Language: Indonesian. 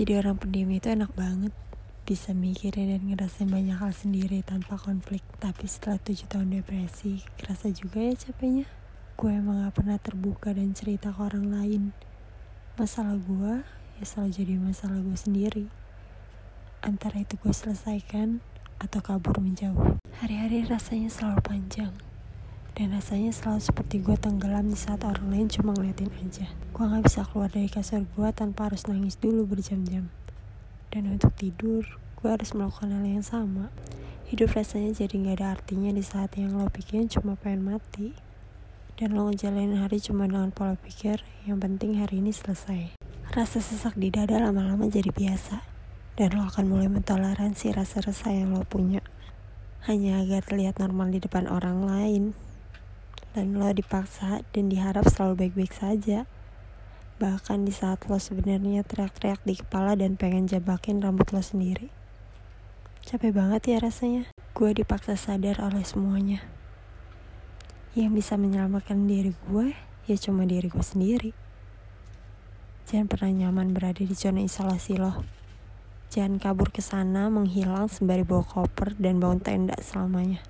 Jadi orang pendiam itu enak banget, bisa mikirin dan ngerasain banyak hal sendiri tanpa konflik. Tapi setelah 7 tahun depresi, kerasa juga ya capeknya. Gue emang gak pernah terbuka dan cerita ke orang lain. Masalah gue ya selalu jadi masalah gue sendiri. Antara itu gue selesaikan atau kabur menjauh. Hari-hari rasanya selalu panjang, dan rasanya selalu seperti gue tenggelam di saat orang lain cuma ngeliatin aja. Gue gak bisa keluar dari kasur gue tanpa harus nangis dulu berjam-jam. Dan untuk tidur, gue harus melakukan hal yang sama. Hidup rasanya jadi gak ada artinya di saat yang lo pikirin cuma pengen mati. Dan lo ngejalanin hari cuma dengan pola pikir, yang penting hari ini selesai. Rasa sesak di dada lama-lama jadi biasa. Dan lo akan mulai mentoleransi rasa resah yang lo punya, hanya agar terlihat normal di depan orang lain. Dan lo dipaksa dan diharap selalu baik-baik saja. Bahkan di saat lo sebenarnya teriak-teriak di kepala dan pengen jabakin rambut lo sendiri. Capek banget ya rasanya. Gue dipaksa sadar oleh semuanya. Yang bisa menyelamatkan diri gue ya cuma diri gue sendiri. Jangan pernah nyaman berada di zona isolasi lo. Jangan kabur ke sana menghilang sembari bawa koper dan bangun tenda selamanya.